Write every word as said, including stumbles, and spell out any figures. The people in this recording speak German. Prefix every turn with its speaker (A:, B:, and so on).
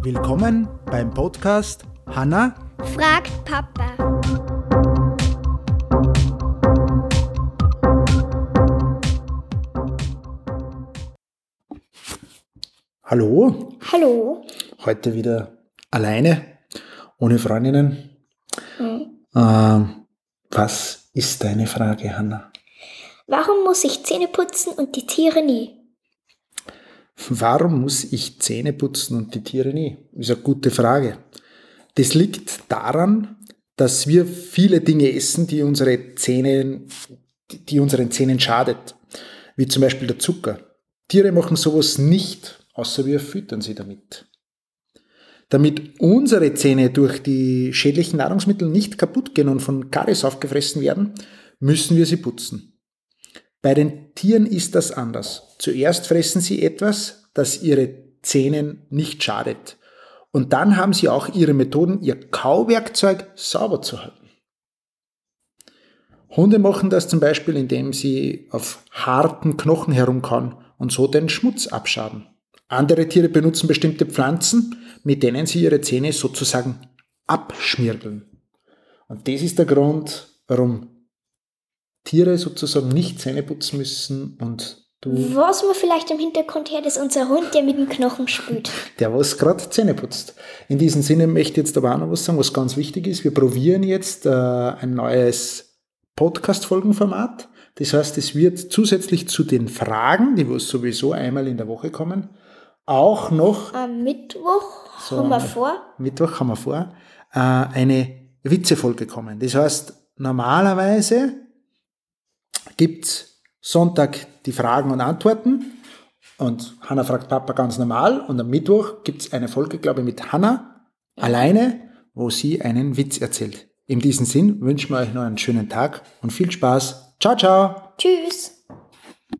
A: Willkommen beim Podcast Hanna
B: fragt Papa.
A: Hallo,
B: Hallo.
A: heute wieder alleine, ohne Freundinnen.
B: Hm.
A: Ähm, was ist deine Frage, Hanna?
B: Warum muss ich Zähne putzen und die Tiere nie?
A: Warum muss ich Zähne putzen und die Tiere nie? Ist eine gute Frage. Das liegt daran, dass wir viele Dinge essen, die unsere Zähne, die unseren Zähnen schadet. Wie zum Beispiel der Zucker. Tiere machen sowas nicht, außer wir füttern sie damit. Damit unsere Zähne durch die schädlichen Nahrungsmittel nicht kaputt gehen und von Karies aufgefressen werden, müssen wir sie putzen. Bei den Tieren ist das anders. Zuerst fressen sie etwas, das ihre Zähnen nicht schadet. Und dann haben sie auch ihre Methoden, ihr Kauwerkzeug sauber zu halten. Hunde machen das zum Beispiel, indem sie auf harten Knochen herumkauen und so den Schmutz abschaben. Andere Tiere benutzen bestimmte Pflanzen, mit denen sie ihre Zähne sozusagen abschmirgeln. Und das ist der Grund, warum Tiere sozusagen nicht Zähne putzen müssen und du,
B: Was man vielleicht im Hintergrund hört, ist unser Hund, der mit dem Knochen spült.
A: der was gerade Zähne putzt. In diesem Sinne möchte ich jetzt aber auch noch was sagen, was ganz wichtig ist. Wir probieren jetzt äh, ein neues Podcast-Folgenformat. Das heißt, es wird zusätzlich zu den Fragen, die was sowieso einmal in der Woche kommen, auch noch,
B: Am Mittwoch
A: So,
B: haben wir vor.
A: Mittwoch haben wir vor, äh, eine Witzefolge kommen. Das heißt, normalerweise gibt's Sonntag die Fragen und Antworten und Hanna fragt Papa ganz normal und am Mittwoch gibt's eine Folge, glaube ich, mit Hanna alleine, wo sie einen Witz erzählt. In diesem Sinn wünschen wir euch noch einen schönen Tag und viel Spaß. Ciao, ciao!
B: Tschüss.